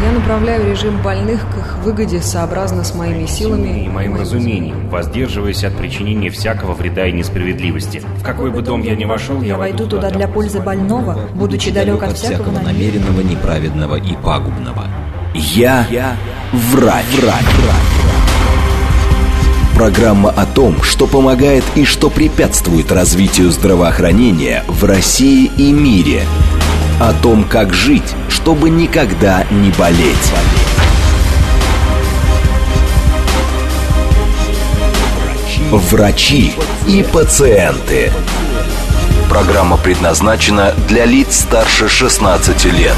Я направляю режим больных к их выгоде сообразно с моими силами и моим разумением, воздерживаясь от причинения всякого вреда и несправедливости. В какой бы дом я ни вошел, я войду туда для пользы больного, будучи далек от всякого намеренного, неправедного и пагубного. Я врач. Программа о том, что помогает и что препятствует развитию здравоохранения в России и мире. О том, как жить, чтобы никогда не болеть. Врачи и пациенты. Программа предназначена для лиц старше 16 лет.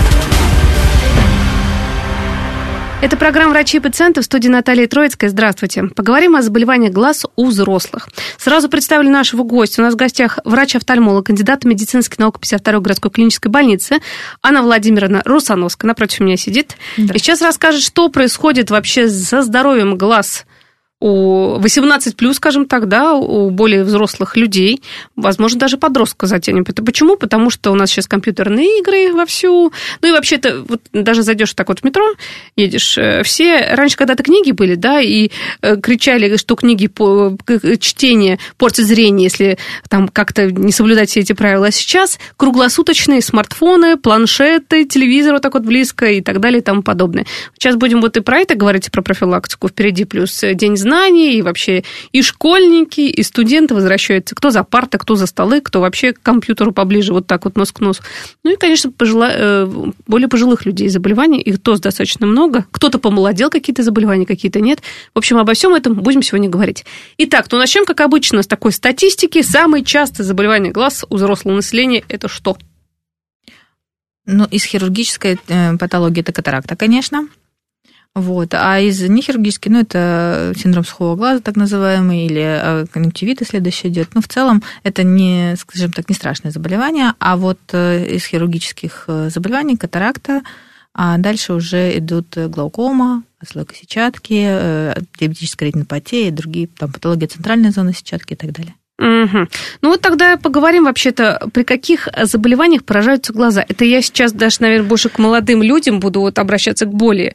Это программа «Врачи и пациенты», в студии Наталья Троицкая. Здравствуйте. Поговорим о заболеваниях глаз у взрослых. Сразу представлю нашего гостя. У нас в гостях врач-офтальмолог, кандидат медицинских наук 52-й городской клинической больницы Анна Владимировна Русановская. Напротив меня сидит. Да. И сейчас расскажет, что происходит вообще со здоровьем глаз у 18+, скажем так, да, у более взрослых людей, возможно, даже подростков затянем. Это почему? Потому что у нас сейчас компьютерные игры вовсю. Ну и вообще-то, вот даже зайдешь так вот в метро, едешь, все... Раньше когда-то книги были, да, и кричали, что книги, чтение портит зрение, если там как-то не соблюдать все эти правила. А сейчас круглосуточные смартфоны, планшеты, телевизор вот так вот близко и так далее и тому подобное. Сейчас будем вот и про это говорить, и про профилактику впереди, плюс день знаний, и вообще и школьники, и студенты возвращаются, кто за парты, кто за столы, кто вообще к компьютеру поближе, вот так вот нос к носу. Ну и, конечно, более пожилых людей заболеваний, их тоже достаточно много. Кто-то помолодел, какие-то заболевания, какие-то нет. В общем, обо всем этом будем сегодня говорить. Итак, то начнем, как обычно, с такой статистики. Самые частые заболевания глаз у взрослого населения – это что? Ну, из хирургической патологии это катаракта, конечно. Вот. А из нехирургической, это синдром сухого глаза, так называемый, или конъюнктивит следующий идет. Ну, в целом, это не, скажем так, не страшное заболевание, а вот из хирургических заболеваний катаракта, а дальше уже идут глаукома, отслойка сетчатки, диабетическая ретинопатия и другие там, патологии центральной зоны сетчатки и так далее. Угу. Ну вот тогда поговорим вообще-то, при каких заболеваниях поражаются глаза. Это я сейчас даже, наверное, больше к молодым людям буду вот обращаться к более...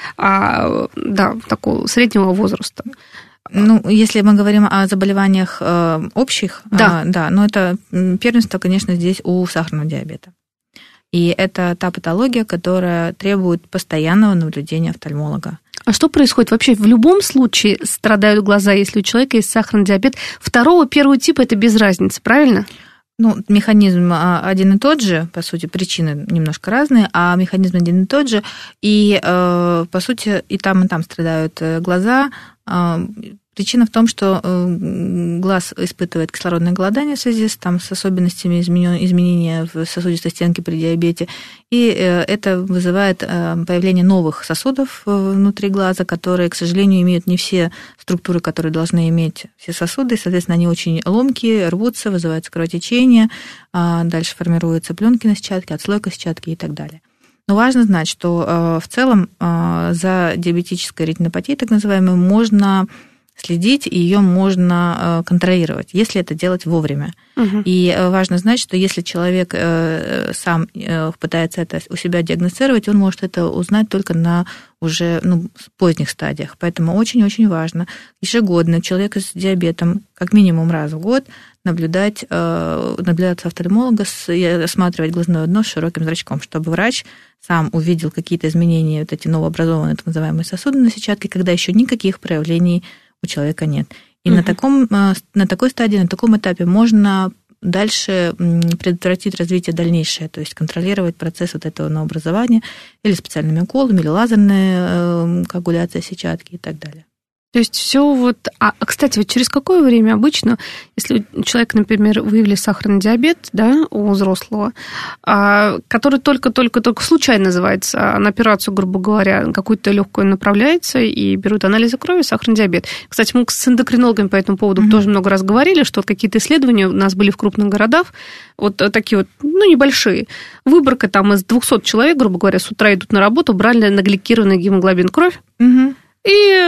такого среднего возраста. Ну, если мы говорим о заболеваниях общих, но это первенство, конечно, здесь у сахарного диабета. И это та патология, которая требует постоянного наблюдения офтальмолога. А что происходит? Вообще в любом случае страдают глаза, если у человека есть сахарный диабет? Второго, первого типа это без разницы, правильно? Ну, механизм один и тот же, по сути, причины немножко разные, а механизм один и тот же, и, по сути, и там страдают глаза. Причина в том, что глаз испытывает кислородное голодание в связи с особенностями изменения в сосудистой стенке при диабете, и это вызывает появление новых сосудов внутри глаза, которые, к сожалению, имеют не все структуры, которые должны иметь все сосуды, и, соответственно, они очень ломкие, рвутся, вызывается кровотечение, дальше формируются пленки на сетчатке, отслойка сетчатки и так далее. Но важно знать, что в целом за диабетической ретинопатией, так называемой, можно следить, и ее можно контролировать, если это делать вовремя. Угу. И важно знать, что если человек сам пытается это у себя диагностировать, он может это узнать только на уже поздних стадиях. Поэтому очень-очень важно ежегодно человека с диабетом как минимум раз в год наблюдаться офтальмолога и осматривать глазное дно с широким зрачком, чтобы врач сам увидел какие-то изменения, вот эти новообразованные так называемые сосуды на сетчатке, когда еще никаких проявлений у человека нет. И на такой стадии, на таком этапе можно дальше предотвратить развитие дальнейшее, то есть контролировать процесс вот этого новообразования или специальными уколами, или лазерная коагуляция сетчатки и так далее. То есть все вот... кстати, вот через какое время обычно, если у человека, например, выявили сахарный диабет, да, у взрослого, который только случайно называется, на операцию, грубо говоря, какую-то легкую направляется и берут анализы крови, сахарный диабет. Кстати, мы с эндокринологами по этому поводу тоже много раз говорили, что какие-то исследования у нас были в крупных городах, вот такие вот, небольшие. Выборка там из 200 человек, грубо говоря, с утра идут на работу, брали нагликированный гемоглобин кровь, и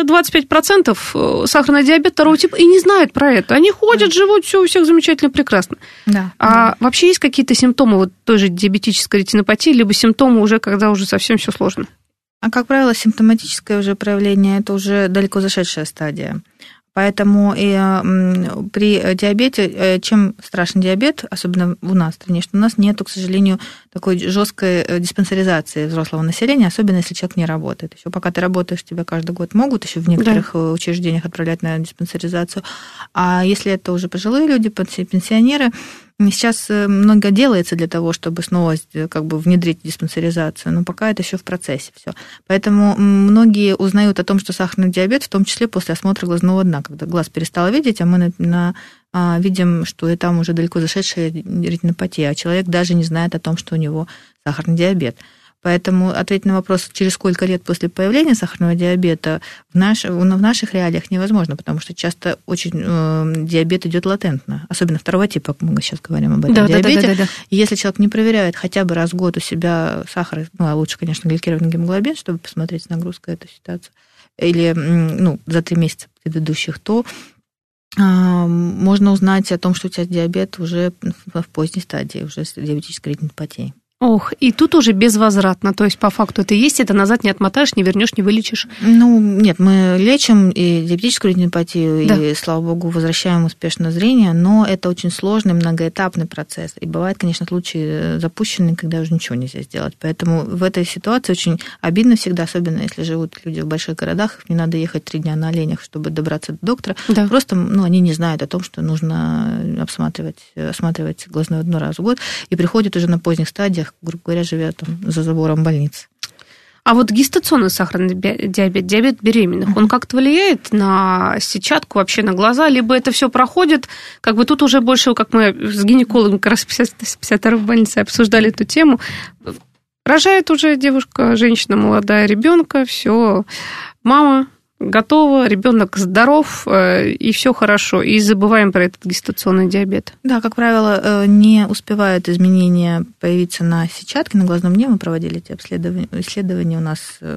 25% сахарный диабет второго типа и не знают про это. Они ходят, живут, все у всех замечательно, прекрасно. Да. Вообще есть какие-то симптомы вот той же диабетической ретинопатии, либо симптомы уже, когда уже совсем все сложно? А, как правило, симптоматическое уже проявление – это уже далеко зашедшая стадия. Поэтому и при диабете, чем страшен диабет, особенно у нас в стране, что у нас нет, к сожалению, такой жесткой диспансеризации взрослого населения, особенно если человек не работает. Еще пока ты работаешь, тебя каждый год могут еще в некоторых учреждениях отправлять на диспансеризацию. А если это уже пожилые люди, пенсионеры, сейчас много делается для того, чтобы снова как бы внедрить диспансеризацию, но пока это еще в процессе все. Поэтому многие узнают о том, что сахарный диабет, в том числе после осмотра глазного дна, когда глаз перестал видеть, а мы видим, что и там уже далеко зашедшая ретинопатия, а человек даже не знает о том, что у него сахарный диабет. Поэтому ответить на вопрос, через сколько лет после появления сахарного диабета в наших реалиях невозможно, потому что часто очень диабет идет латентно, особенно второго типа, мы сейчас говорим об этом диабете. Да. И если человек не проверяет хотя бы раз в год у себя сахар, а лучше, конечно, гликированный гемоглобин, чтобы посмотреть с нагрузкой эту ситуацию, или за 3 месяца предыдущих, то можно узнать о том, что у тебя диабет уже в поздней стадии, уже с диабетической ретинопатией. Ох, и тут уже безвозвратно, то есть по факту это есть, это назад не отмотаешь, не вернешь, не вылечишь. Нет, мы лечим и диабетическую ретинопатию, да. И, слава богу, возвращаем успешно зрение, но это очень сложный, многоэтапный процесс. И бывают, конечно, случаи запущенные, когда уже ничего нельзя сделать. Поэтому в этой ситуации очень обидно всегда, особенно если живут люди в больших городах, не надо ехать 3 дня на оленях, чтобы добраться до доктора. Да. Просто они не знают о том, что нужно осматривать глазное дно раз в год, и приходят уже на поздних стадиях, грубо говоря, живя там за забором больницы. А вот гестационный сахарный диабет, диабет беременных, он как-то влияет на сетчатку, вообще на глаза, либо это все проходит, как бы тут уже больше, как мы с гинекологом как раз в 52-й больнице обсуждали эту тему, рожает уже девушка, женщина молодая, ребенка, все, мама готова, ребенок здоров, и все хорошо. И забываем про этот гестационный диабет. Да, как правило, не успевают изменения появиться на сетчатке, на глазном дне. Мы проводили эти исследования. У нас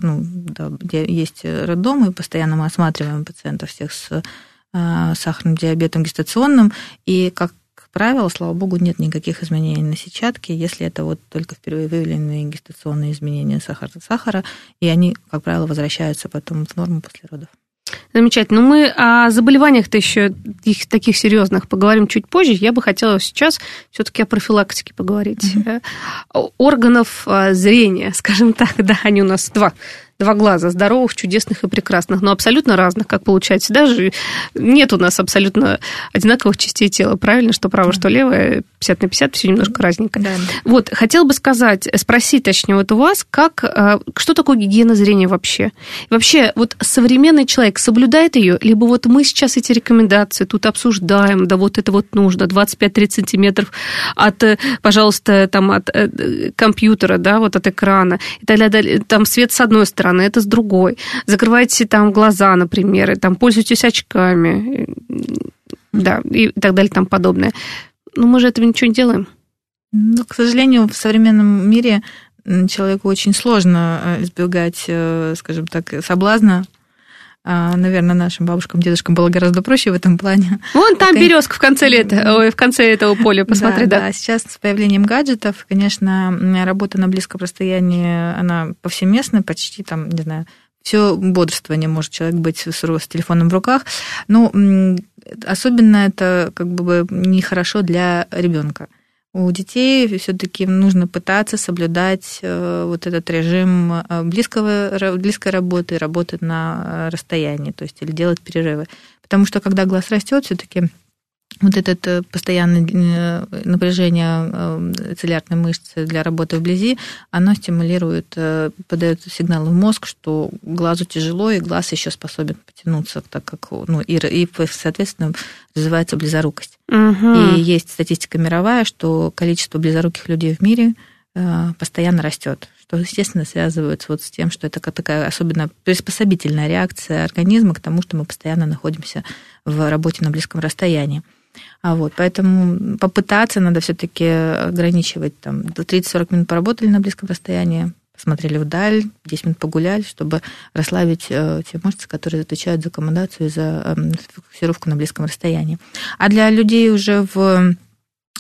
есть роддомы, постоянно мы осматриваем пациентов всех с сахарным диабетом гестационным. И, как правило, слава богу, нет никаких изменений на сетчатке, если это вот только впервые выявленные гестационные изменения сахара, и они, как правило, возвращаются потом в норму после родов. Замечательно. Но мы о заболеваниях-то еще таких серьезных поговорим чуть позже. Я бы хотела сейчас все-таки о профилактике поговорить. Органов зрения, скажем так, да, они у нас два глаза, здоровых, чудесных и прекрасных, но абсолютно разных, как получается. Даже нет у нас абсолютно одинаковых частей тела, правильно, что право, что левое, 50/50, все немножко разненько. Да. Вот, хотела бы спросить, точнее, вот у вас, что такое гигиена зрения вообще? И вообще, вот современный человек соблюдает ее, либо вот мы сейчас эти рекомендации тут обсуждаем, да вот это вот нужно, 25-30 сантиметров пожалуйста, там, от компьютера, да, вот от экрана, и так далее, там свет с одной стороны, это с другой. Закрывайте там глаза, например, и там пользуйтесь очками, да, и так далее, там подобное. Но мы же этого ничего не делаем. Ну, к сожалению, в современном мире человеку очень сложно избегать, скажем так, соблазна. Наверное, нашим бабушкам, дедушкам было гораздо проще в этом плане. Вон там березка в конце этого поля, посмотри, да. Сейчас с появлением гаджетов, конечно, работа на близком расстоянии, она повсеместна, почти там, не знаю, все бодрствование может человек быть с телефоном в руках, но особенно это как бы нехорошо для ребенка. У детей все-таки нужно пытаться соблюдать вот этот режим близкой работы на расстоянии, то есть или делать перерывы. Потому что когда глаз растет, все-таки вот это постоянное напряжение цилиарной мышцы для работы вблизи, оно стимулирует, подает сигнал в мозг, что глазу тяжело, и глаз еще способен потянуться, так как, и соответственно, развивается близорукость. Угу. И есть статистика мировая, что количество близоруких людей в мире постоянно растет, что, естественно, связывается вот с тем, что это такая особенно приспособительная реакция организма к тому, что мы постоянно находимся в работе на близком расстоянии. Поэтому попытаться надо все-таки ограничивать, там, до 30-40 минут поработали на близком расстоянии, посмотрели вдаль, 10 минут погуляли, чтобы расслабить те мышцы, которые отвечают за аккомодацию и за фиксировку на близком расстоянии. А для людей уже в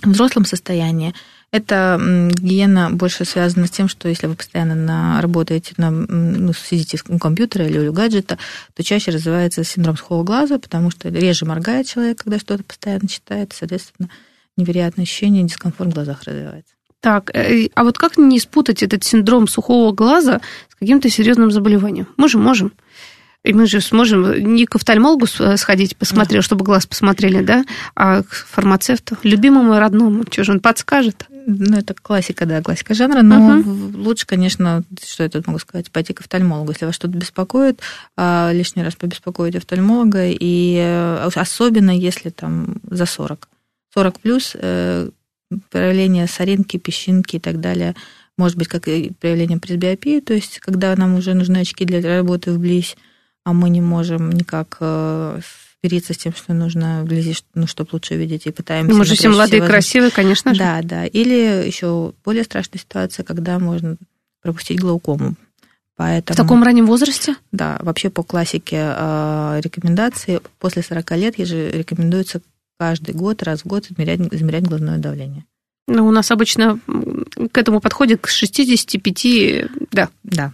взрослом состоянии эта гигиена больше связана с тем, что если вы постоянно работаете, сидите у компьютера или у гаджета, то чаще развивается синдром сухого глаза, потому что реже моргает человек, когда что-то постоянно читает, соответственно, невероятное ощущение, дискомфорт в глазах развивается. Так, а вот как не спутать этот синдром сухого глаза с каким-то серьезным заболеванием? Мы же можем. И мы же сможем не к офтальмологу сходить, посмотреть, чтобы глаз посмотрели, да, а к фармацевту, любимому и родному. Что же он подскажет? Это классика, да, классика жанра, но лучше, конечно, что я тут могу сказать, пойти к офтальмологу. Если вас что-то беспокоит, лишний раз побеспокоить офтальмолога, и особенно если там за 40. 40 плюс проявление соринки, песчинки и так далее, может быть, как и проявление пресбиопии, то есть когда нам уже нужны очки для работы вблизь, а мы не можем никак смириться с тем, что нужно вблизи, чтобы лучше видеть, и пытаемся... Мы же все молодые и красивые, конечно же. Да. Или еще более страшная ситуация, когда можно пропустить глаукому. Поэтому, в таком раннем возрасте? Да, вообще по классике рекомендации после 40 лет рекомендуется каждый год, раз в год измерять глазное давление. У нас обычно к этому подходит к 65, да. Да.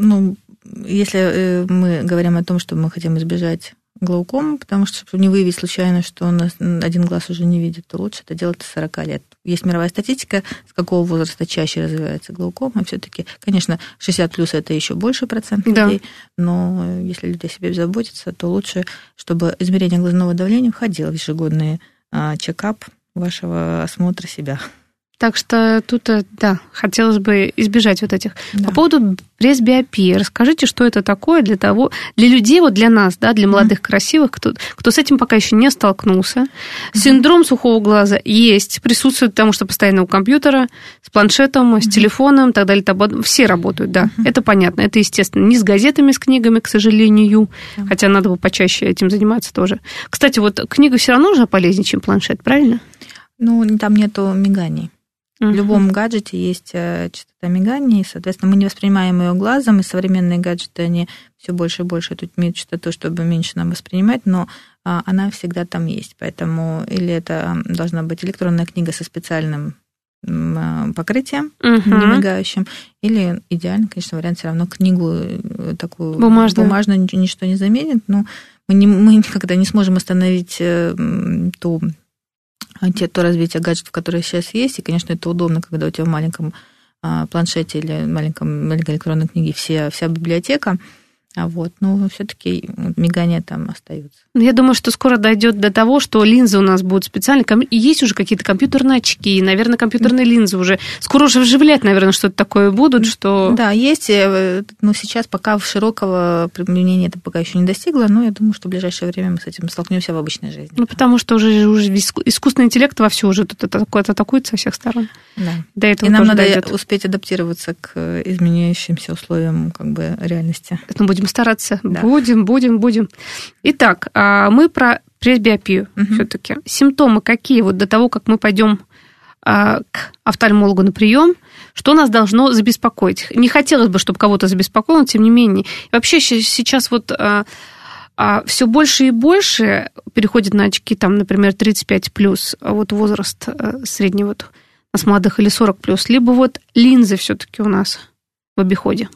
Если мы говорим о том, что мы хотим избежать глаукомы, потому что, чтобы не выявить случайно, что у нас один глаз уже не видит, то лучше это делать с 40 лет. Есть мировая статистика, с какого возраста чаще развивается глаукома. Все-таки, конечно, 60 плюс это еще больше процент людей, но если люди о себе заботятся, то лучше, чтобы измерение глазного давления входило в ежегодный чекап вашего осмотра себя. Так что тут, да, хотелось бы избежать вот этих. Да. По поводу пресбиопии, расскажите, что это такое для людей, вот для нас, да, для молодых, красивых, кто с этим пока еще не столкнулся. Синдром сухого глаза есть, присутствует, потому что постоянно у компьютера, с планшетом, с телефоном, так далее, все работают, да, это понятно, это естественно. Не с газетами, с книгами, к сожалению, хотя надо бы почаще этим заниматься тоже. Кстати, вот книга все равно уже полезнее, чем планшет, правильно? Там нету миганий. В любом гаджете есть частота миганий, и, соответственно, мы не воспринимаем ее глазом, и современные гаджеты, они все больше и больше тут имеют частоту, чтобы меньше нам воспринимать, но она всегда там есть. Поэтому или это должна быть электронная книга со специальным покрытием, не мигающим, или идеально, конечно, вариант все равно книгу такую бумажную ничто не заменит, но мы никогда не сможем остановить то развитие гаджетов, которые сейчас есть, и, конечно, это удобно, когда у тебя в маленьком планшете или маленькой электронной книге вся библиотека, но все-таки мигания там остаются. Я думаю, что скоро дойдет до того, что линзы у нас будут специальные. Есть уже какие-то компьютерные очки, наверное, компьютерные линзы уже. Скоро уже вживлять, наверное, что-то такое будут, что... Да, есть, но сейчас пока широкого применения это пока еще не достигло, но я думаю, что в ближайшее время мы с этим столкнемся в обычной жизни. Потому что уже искусственный интеллект вовсю уже тут атакует со всех сторон. Да. До этого и нам надо успеть адаптироваться к изменяющимся условиям реальности. Будем стараться. Да. Будем. Итак, мы про пресбиопию все-таки. Симптомы какие до того, как мы пойдем к офтальмологу на прием, что нас должно забеспокоить? Не хотелось бы, чтобы кого-то забеспокоило, но тем не менее. И вообще сейчас все больше и больше переходит на очки, например, 35+, возраст средний у нас молодых, или 40+, либо линзы все-таки у нас в обиходе.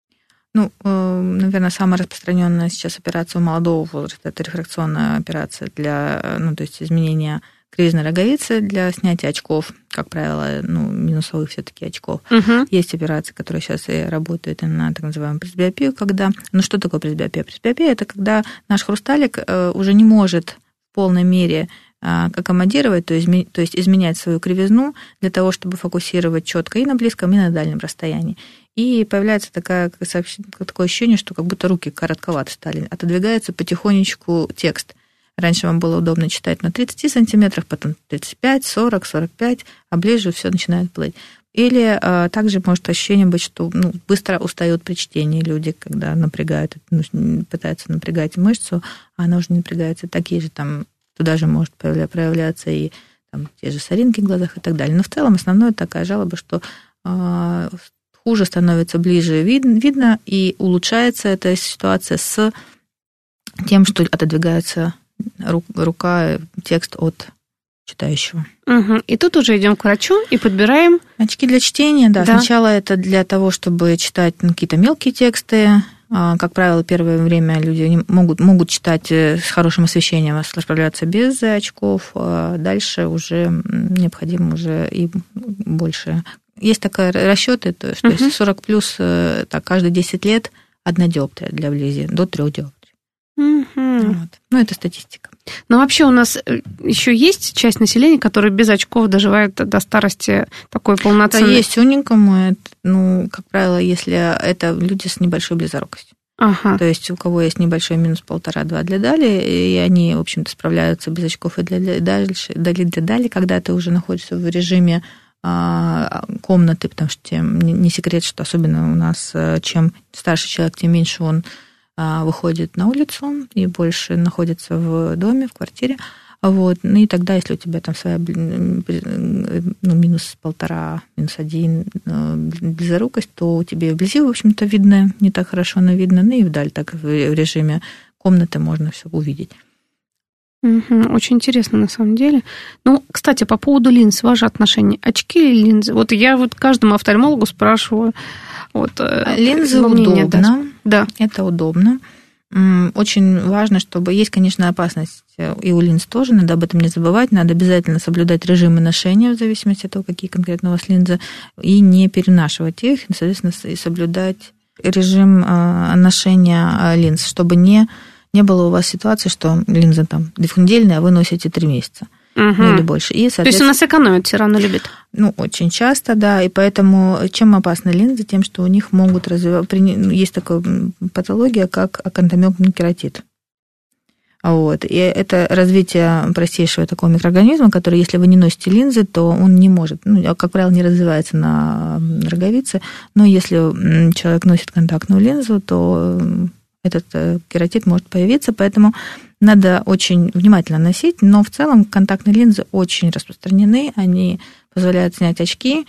Наверное, самая распространенная сейчас операция у молодого возраста – это рефракционная операция для, то есть изменения кризисной роговицы для снятия очков, как правило, минусовых все-таки очков. Есть операции, которые сейчас и работают на так называемую пресбиопию, когда... что такое пресбиопия? Пресбиопия – это когда наш хрусталик уже не может в полной мере аккомодировать, то есть изменять свою кривизну для того, чтобы фокусировать четко и на близком, и на дальнем расстоянии. И появляется такое ощущение, что как будто руки коротковаты стали. Отодвигается потихонечку текст. Раньше вам было удобно читать на 30 сантиметрах, потом 35, 40, 45, а ближе все начинает плыть. Или также может ощущение быть, что быстро устают при чтении люди, когда напрягают, пытаются напрягать мышцу, а она уже не напрягается. Такие же туда же может проявляться и те же соринки в глазах и так далее. Но в целом основная такая жалоба, что хуже становится ближе видно, и улучшается эта ситуация с тем, что отодвигается рука, текст от читающего. И тут уже идем к врачу и подбираем... Очки для чтения, да. Сначала это для того, чтобы читать какие-то мелкие тексты. Как правило, первое время люди могут читать с хорошим освещением, справляться без очков. Дальше уже необходимо уже и больше. Есть такие расчеты, что если 40 плюс, так, каждые 10 лет 1 диоптрия для вблизи, до 3 диоптрий. Вот. Ну, это статистика. Но вообще у нас еще есть часть населения, которая без очков доживает до старости такой полноценной. Да, есть уникамы. Ну, как правило, если это люди с небольшой близорукостью. То есть у кого есть небольшой минус 1,5-2 для дали, и они, в общем-то, справляются без очков и для дали, когда ты уже находишься в режиме комнаты, потому что не секрет, что особенно у нас, чем старше человек, тем меньше он выходит на улицу и больше находится в доме, в квартире. Вот. Ну и тогда, если у тебя там своя минус 1,5, минус 1 близорукость, то у тебя вблизи, в общем-то, видно, не так хорошо, но видно, ну и вдаль, так в режиме комнаты можно все увидеть. Очень интересно, на самом деле. Ну, кстати, по поводу линз, ваше отношение, очки или линзы? Вот я каждому офтальмологу спрашиваю. Линзы удобно. Да. Это удобно. Очень важно, чтобы... Есть, конечно, опасность и у линз тоже, надо об этом не забывать, надо обязательно соблюдать режимы ношения в зависимости от того, какие конкретно у вас линзы, и не перенашивать их, и, соответственно, и соблюдать режим ношения линз, чтобы не было у вас ситуации, что линза там двухнедельная, а вы носите 3 месяца. Ну, или больше. И, то есть у нас экономят все равно любят? Ну, очень часто, да. И поэтому чем опасны линзы? Тем, что у них могут развиваться... Есть такая патология, как акантомиопный кератит. Вот. И это развитие простейшего такого микроорганизма, который, если вы не носите линзы, то он не может, как правило, не развивается на роговице. Но если человек носит контактную линзу, то этот кератит может появиться, поэтому надо очень внимательно носить, но в целом контактные линзы очень распространены, они позволяют снять очки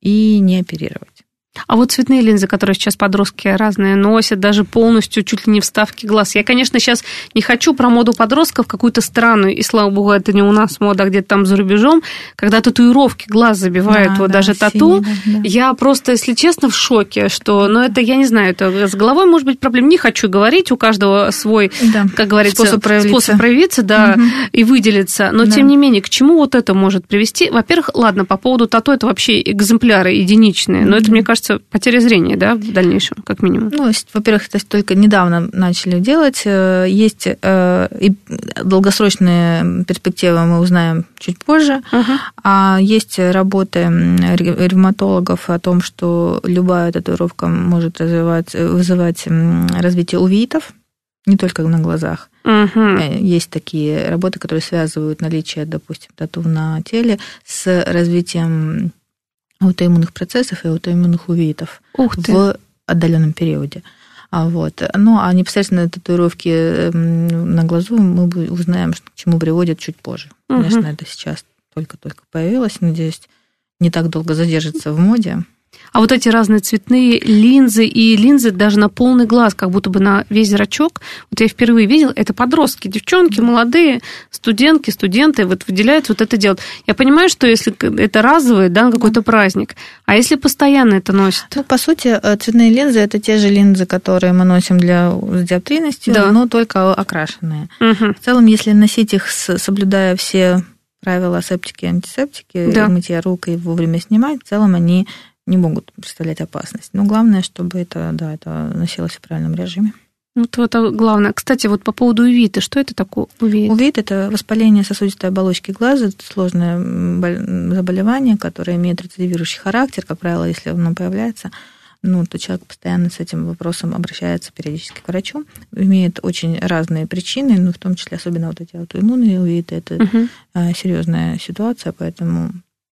и не оперировать. А вот цветные линзы, которые сейчас подростки разные носят, даже полностью чуть ли не вставки глаз. Я, конечно, сейчас не хочу про моду подростков какую-то странную, и, слава богу, это не у нас мода, а где-то там за рубежом, когда татуировки глаз забивают, даже тату. Да. Я просто, если честно, в шоке, что, это, я не знаю, это с головой может быть проблем. Не хочу говорить, у каждого свой, как говорится, способ проявиться, да, и выделиться. Но, тем не менее, к чему вот это может привести? Во-первых, ладно, по поводу тату, это вообще экземпляры единичные, но это, мне кажется, потеря зрения, да, в дальнейшем, как минимум? Ну, во-первых, это только недавно начали делать. Есть и долгосрочные перспективы, мы узнаем чуть позже. А есть работы ревматологов о том, что любая татуировка может вызывать развитие увеитов, не только на глазах. Есть такие работы, которые связывают наличие, допустим, тату на теле с развитием аутоиммунных процессов и аутоиммунных увеитов в отдаленном периоде. Вот. Ну, а непосредственно татуировки на глазу мы узнаем, к чему приводят чуть позже. Конечно, это сейчас только-только появилось. Надеюсь, не так долго задержится в моде. А вот эти разные цветные линзы и линзы даже на полный глаз, как будто бы на весь зрачок. Вот я впервые видела, это подростки, девчонки, молодые, студентки, студенты вот выделяют вот это делают. Я понимаю, что если это разовый, да, какой-то праздник, а если постоянно это носят? Ну, по сути, цветные линзы – это те же линзы, которые мы носим с диоптрийностью, но только окрашенные. В целом, если носить их, соблюдая все правила септики и антисептики, мытья рук и вовремя снимать, в целом они не могут представлять опасность. Но главное, чтобы это носилось в правильном режиме. Вот это главное. Кстати, вот по поводу увеита, что это такое увеит? Увеит – это воспаление сосудистой оболочки глаза, это сложное заболевание, которое имеет рецидивирующий характер. Как правило, если оно появляется, то человек постоянно с этим вопросом обращается периодически к врачу. Имеет очень разные причины, в том числе особенно вот эти аутоиммунные увеиты. Это серьезная ситуация, поэтому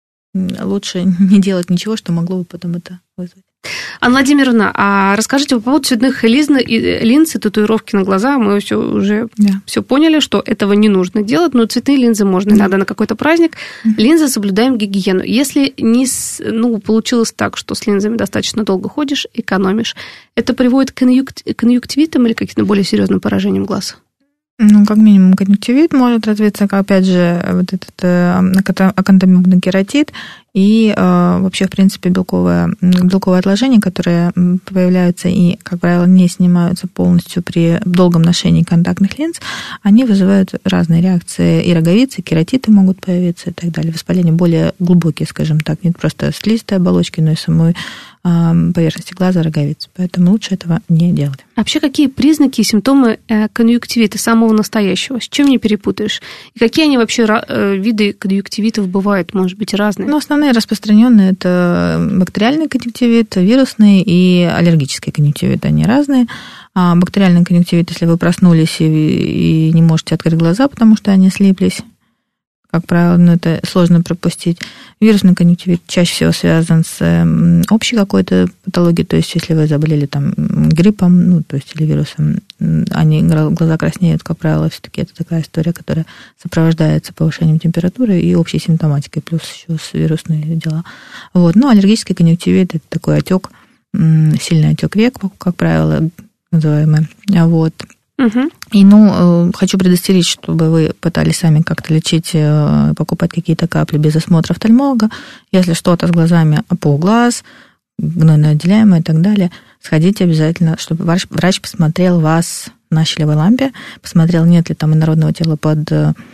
лучше не делать ничего, что могло бы потом это вызвать. Анна Владимировна, а расскажите по поводу цветных линз и татуировки на глаза. Мы уже все поняли, что этого не нужно делать, но цветные линзы можно иногда на какой-то праздник. Линзы соблюдаем гигиену. Если получилось так, что с линзами достаточно долго ходишь, экономишь, это приводит к конъюнктивитам или каким-то более серьезным поражениям глаз? Ну, как минимум, конъюнктивит может развиться, опять же, вот этот акантомимобный кератит и вообще, в принципе, белковые отложения, которые появляются и, как правило, не снимаются полностью при долгом ношении контактных линз, они вызывают разные реакции. И роговицы, и кератиты могут появиться и так далее. Воспаления более глубокие, скажем так, не просто слизистой оболочки, но и самой поверхности глаза, роговиц. Поэтому лучше этого не делать. Вообще, какие признаки и симптомы конъюнктивита самого настоящего? С чем не перепутаешь? И какие они вообще виды конъюнктивитов бывают, может быть, разные? Ну, основные распространенные – это бактериальный конъюнктивит, вирусный и аллергический конъюнктивит. Они разные. А бактериальный конъюнктивит, если вы проснулись и не можете открыть глаза, потому что они слиплись, как правило, это сложно пропустить. Вирусный конъюнктивит чаще всего связан с общей какой-то патологией, то есть если вы заболели там гриппом, ну, то есть или вирусом, глаза краснеют, как правило, все-таки это такая история, которая сопровождается повышением температуры и общей симптоматикой, плюс еще с вирусные дела. Вот. Ну, аллергический конъюнктивит – это такой отек, сильный отек век, как правило, называемый. Вот. Угу. И, хочу предостеречь, чтобы вы пытались сами как-то лечить, покупать какие-то капли без осмотра офтальмолога. Если что-то с глазами, опух глаз, гнойно-отделяемое и так далее, сходите обязательно, чтобы врач посмотрел вас на щелевой лампе, посмотрел, нет ли там инородного тела под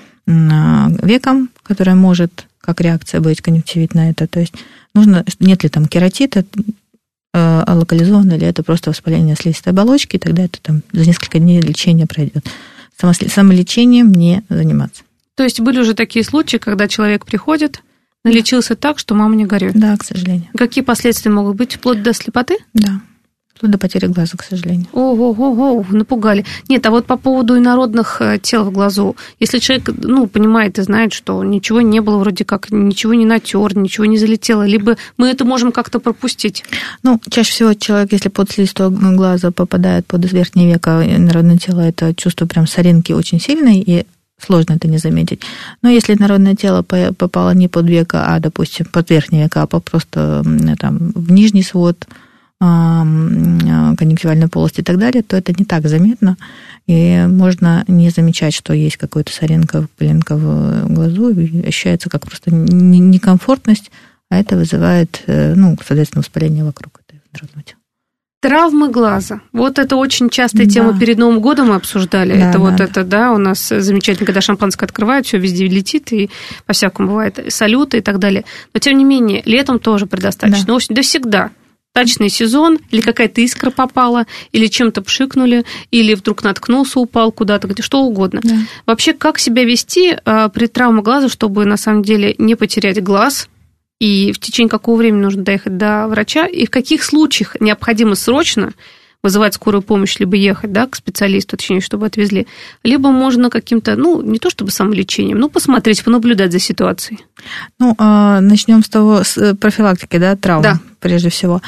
веком, которое может, как реакция, быть конъюнктивит на это. То есть нет ли там кератита, локализовано, или это просто воспаление слизистой оболочки, и тогда это там за несколько дней лечения пройдет. Самолечением не заниматься. То есть были уже такие случаи, когда человек приходит, налечился так, что мама не горюет? Да, к сожалению. Какие последствия могут быть? Вплоть до слепоты? Да. Вплоть до потери глаза, к сожалению. Ого, напугали. Нет, а вот по поводу инородных тел в глазу, если человек, понимает и знает, что ничего не было, вроде как ничего не натер, ничего не залетело, либо мы это можем как-то пропустить? Чаще всего человек, если под слизистого глаза попадает под верхнее веко инородное тело, это чувство прям соринки очень сильное, и сложно это не заметить. Но если инородное тело попало не под веко, а, допустим, под верхнее веко, а просто там, в нижний свод конъюнктивальной полости и так далее, то это не так заметно, и можно не замечать, что есть какая-то соринка, пылинка в глазу, и ощущается как просто некомфортность, а это вызывает, соответственно, воспаление вокруг этой инородного тела. Травмы глаза. Вот это очень частая тема. Перед Новым годом мы обсуждали. Да, у нас замечательно, когда шампанское открывают, все везде летит, и по-всякому бывает, салюты и так далее. Но, тем не менее, летом тоже предостаточно. Да всегда. Дачный сезон, или какая-то искра попала, или чем-то пшикнули, или вдруг наткнулся, упал куда-то, что угодно. Да. Вообще, как себя вести при травме глаза, чтобы на самом деле не потерять глаз, и в течение какого времени нужно доехать до врача, и в каких случаях необходимо срочно вызывать скорую помощь, либо ехать, к специалисту, точнее, чтобы отвезли, либо можно каким-то, не то чтобы самолечением, посмотреть, понаблюдать за ситуацией. Начнем с профилактики, травм, прежде всего.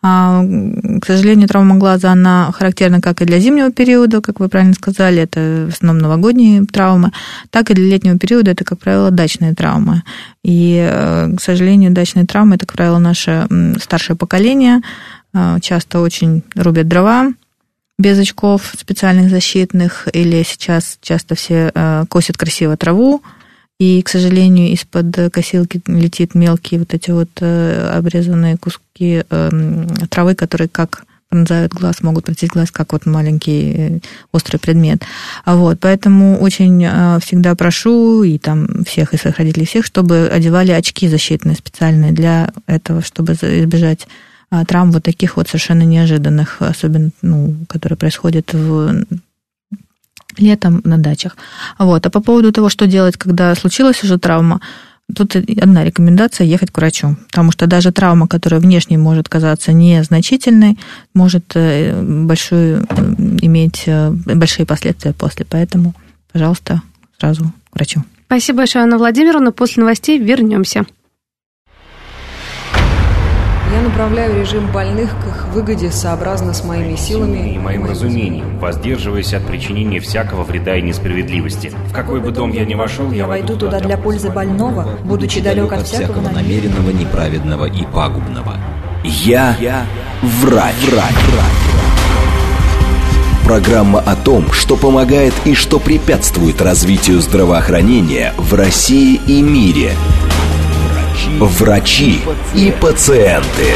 К сожалению, травма глаза, она характерна как и для зимнего периода, как вы правильно сказали, это в основном новогодние травмы, так и для летнего периода, это, как правило, дачные травмы. И, к сожалению, дачные травмы, это, как правило, наше старшее поколение, часто очень рубят дрова без очков специальных защитных, или сейчас часто все косят красиво траву, и, к сожалению, из-под косилки летит мелкие вот эти вот обрезанные куски травы, которые как пронзают глаз, могут пройти глаз, как вот маленький острый предмет. Поэтому очень всегда прошу, и там всех, и своих родителей, всех, чтобы одевали очки защитные специальные для этого, чтобы избежать травм вот таких вот совершенно неожиданных, особенно, которые происходят летом на дачах. А по поводу того, что делать, когда случилась уже травма, тут одна рекомендация – ехать к врачу, потому что даже травма, которая внешне может казаться незначительной, может иметь большие последствия после. Поэтому, пожалуйста, сразу к врачу. Спасибо большое, Анна Владимировна. После новостей вернемся. Я направляю режим больных к их выгоде сообразно с моими силами и моим разумением, воздерживаясь от причинения всякого вреда и несправедливости. В какой бы дом я ни вошел, я войду туда для пользы больного, будучи далек от всякого намеренного, неправедного и пагубного. Я врач. Программа о том, что помогает и что препятствует развитию здравоохранения в России и мире. Врачи и пациенты.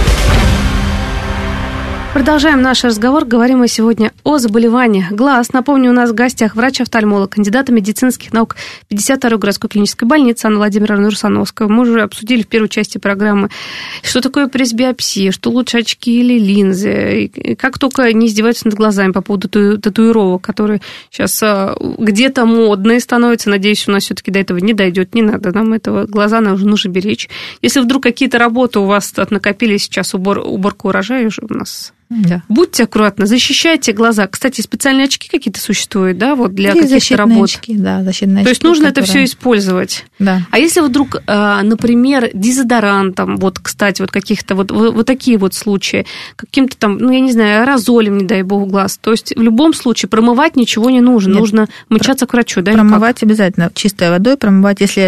Продолжаем наш разговор. Говорим мы сегодня о заболеваниях глаз. Напомню, у нас в гостях врач-офтальмолог, кандидат медицинских наук 52-й городской клинической больницы Анна Владимировна Русановская. Мы уже обсудили в первой части программы, что такое пресбиопсия, что лучше очки или линзы. И как только не издеваются над глазами по поводу татуировок, которые сейчас где-то модные становятся. Надеюсь, у нас все-таки до этого не дойдет. Не надо нам этого. Глаза нужно беречь. Если вдруг какие-то работы у вас накопились сейчас, уборка урожая уже у нас... Да. Будьте аккуратны, защищайте глаза. Кстати, специальные очки какие-то существуют, да, вот для каких-то работ. Очки, да, защитные очки. То есть нужно это все использовать. Да. А если вдруг, например, дезодорантом, вот, кстати, вот каких-то вот такие вот случаи, каким-то там, ну, я не знаю, аэрозолем, не дай бог, глаз. То есть в любом случае промывать ничего не нужно. Нет, нужно мчаться к врачу, да? Промывать обязательно чистой водой, промывать, если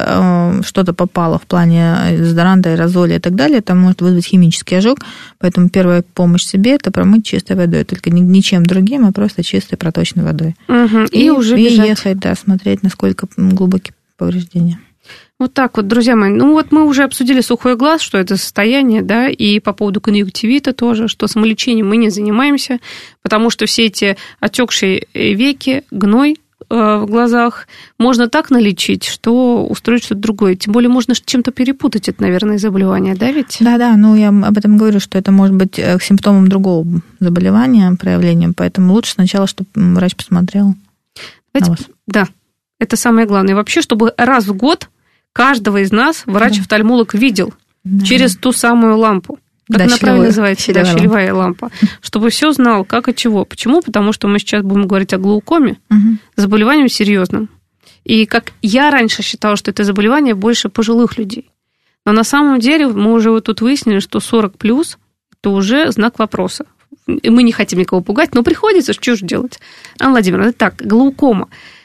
это что-то попало в плане дезодоранта, аэрозоля и так далее, это может вызвать химический ожог, поэтому первая помощь себе это промыть чистой водой, только ничем другим, а просто чистой проточной водой. Угу. И уже бежать. Ехать, да, смотреть, насколько глубокие повреждения. Вот так вот, друзья мои. Ну вот мы уже обсудили сухой глаз, что это состояние, да, и по поводу конъюнктивита тоже, что самолечением мы не занимаемся, потому что все эти отекшие веки, гной в глазах можно так налечить, что устроить что-то другое. Тем более можно чем-то перепутать это, наверное, заболевание, да, ведь? Да, ну я об этом говорю, что это может быть к симптомам другого заболевания, проявлением, поэтому лучше сначала, чтобы врач посмотрел на вас. Да, это самое главное. И вообще, чтобы раз в год каждого из нас врач-офтальмолог видел через ту самую лампу. Как она правильно называется? Да, щелевая лампа. Чтобы все знал, как и чего. Почему? Потому что мы сейчас будем говорить о глаукоме, заболеванием серьезным. И как я раньше считала, что это заболевание больше пожилых людей. Но на самом деле мы уже вот тут выяснили, что 40+, это уже знак вопроса. Мы не хотим никого пугать, но приходится, что же делать? Анна Владимировна, итак, глаукома.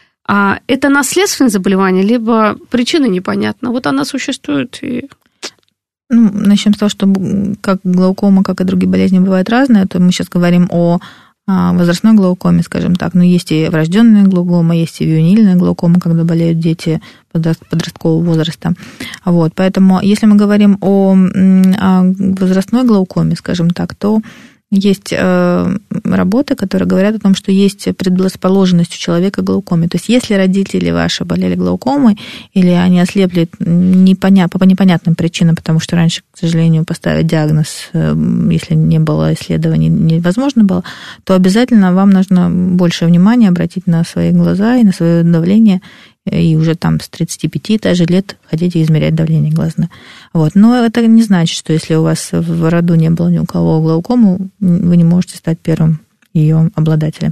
Это наследственное заболевание, либо причина непонятна. Вот она существует и... Ну, начнем с того, что как глаукома, как и другие болезни бывают разные, то мы сейчас говорим о возрастной глаукоме, скажем так. Но есть и врожденная глаукома, есть и ювенильная глаукома, когда болеют дети подросткового возраста. Вот, поэтому, если мы говорим о возрастной глаукоме, скажем так, то есть работы, которые говорят о том, что есть предрасположенность у человека к глаукоме. То есть если родители ваши болели глаукомой, или они ослепли по непонятным причинам, потому что раньше, к сожалению, поставить диагноз, если не было исследований, невозможно было, то обязательно вам нужно больше внимания обратить на свои глаза и на свое давление, и уже там с 35 даже лет хотите измерять давление глазное. Вот. Но это не значит, что если у вас в роду не было ни у кого глаукому, вы не можете стать первым ее обладателем.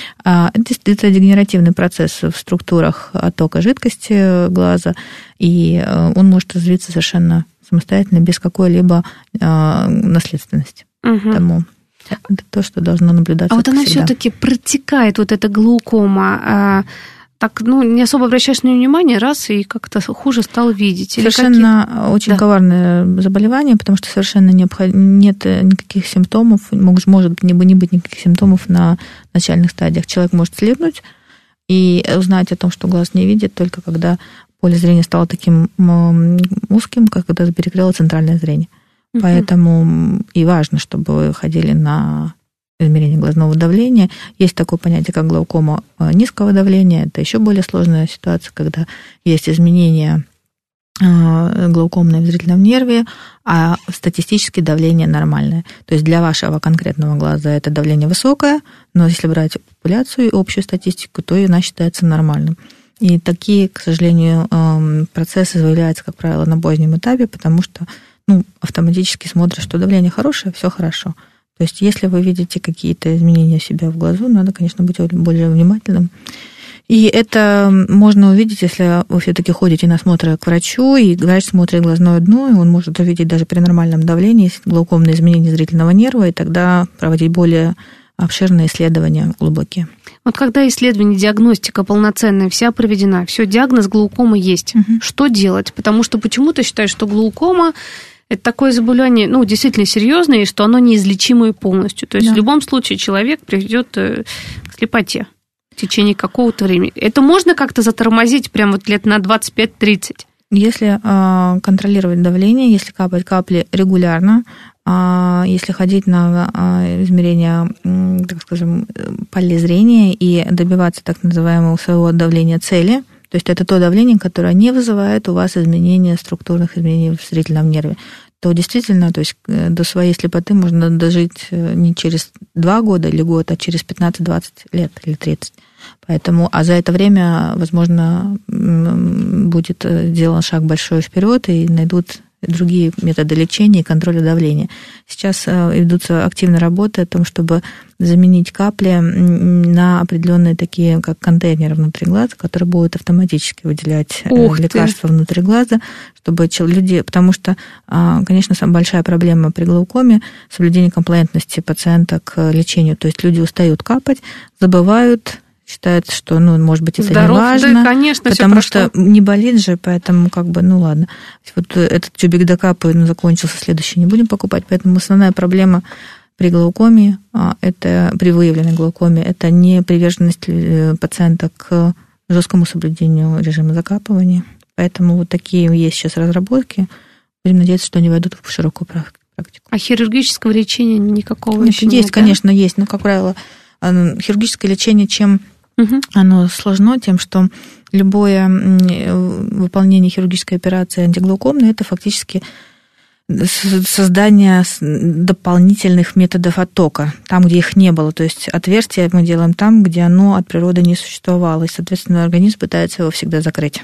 Это дегенеративный процесс в структурах оттока жидкости глаза, и он может развиться совершенно самостоятельно, без какой-либо наследственности. Тому это то, что должно наблюдаться. А вот она все-таки протекает, вот эта глаукома, так, не особо обращаешь на нее внимание, раз, и как-то хуже стал видеть. Совершенно очень коварное заболевание, потому что совершенно нет никаких симптомов, может не быть никаких симптомов на начальных стадиях. Человек может слепнуть и узнать о том, что глаз не видит, только когда поле зрения стало таким узким, когда перекрыло центральное зрение. Поэтому и важно, чтобы вы ходили на измерение глазного давления. Есть такое понятие, как глаукома низкого давления. Это еще более сложная ситуация, когда есть изменения глаукомное в зрительном нерве, а статистически давление нормальное. То есть для вашего конкретного глаза это давление высокое, но если брать популяцию и общую статистику, то она считается нормальным. И такие, к сожалению, процессы выявляются, как правило, на позднем этапе, потому что автоматически смотришь, что давление хорошее, все хорошо. То есть, если вы видите какие-то изменения себя в глазу, надо, конечно, быть более внимательным. И это можно увидеть, если вы все-таки ходите на осмотры к врачу, и врач смотрит глазное дно, и он может увидеть даже при нормальном давлении глаукомные изменения зрительного нерва, и тогда проводить более обширные исследования, глубокие. Вот когда исследование, диагностика полноценная, вся проведена, все, диагноз глаукома есть. Что делать? Потому что почему-то считают, что глаукома Это такое заболевание, действительно серьезное, и что оно неизлечимое полностью. То есть в любом случае человек придет к слепоте в течение какого-то времени. Это можно как-то затормозить прямо вот лет на 25-30? Если контролировать давление, если капать капли регулярно, если ходить на измерение, так скажем, поля зрения и добиваться так называемого своего давления цели, то есть это то давление, которое не вызывает у вас изменения, структурных изменений в зрительном нерве, то действительно, то есть до своей слепоты можно дожить не через 2 года или год, а через 15-20 лет или 30. Поэтому, а за это время, возможно, будет сделан шаг большой вперед и найдут другие методы лечения и контроля давления. Сейчас ведутся активные работы о том, чтобы заменить капли на определенные такие, как контейнеры внутри глаза, которые будут автоматически выделять лекарства внутри глаза, чтобы люди... Потому что, конечно, самая большая проблема при глаукоме — соблюдение комплаентности пациента к лечению. То есть люди устают капать, забывают, считают, что, может быть, это не важно, да, конечно, потому что не болит же, поэтому ладно. Вот этот тюбик докапы закончился, следующий не будем покупать, поэтому основная проблема при глаукоме, это при выявленной глаукоме, это не приверженность пациента к жесткому соблюдению режима закапывания. Поэтому вот такие есть сейчас разработки. Будем надеяться, что они войдут в широкую практику. А хирургического лечения никакого еще нет? Есть, конечно, есть. Но, как правило, хирургическое лечение, чем оно сложно, тем, что любое выполнение хирургической операции антиглаукомной — это фактически создание дополнительных методов оттока, там, где их не было. То есть отверстие мы делаем там, где оно от природы не существовало. И, соответственно, организм пытается его всегда закрыть.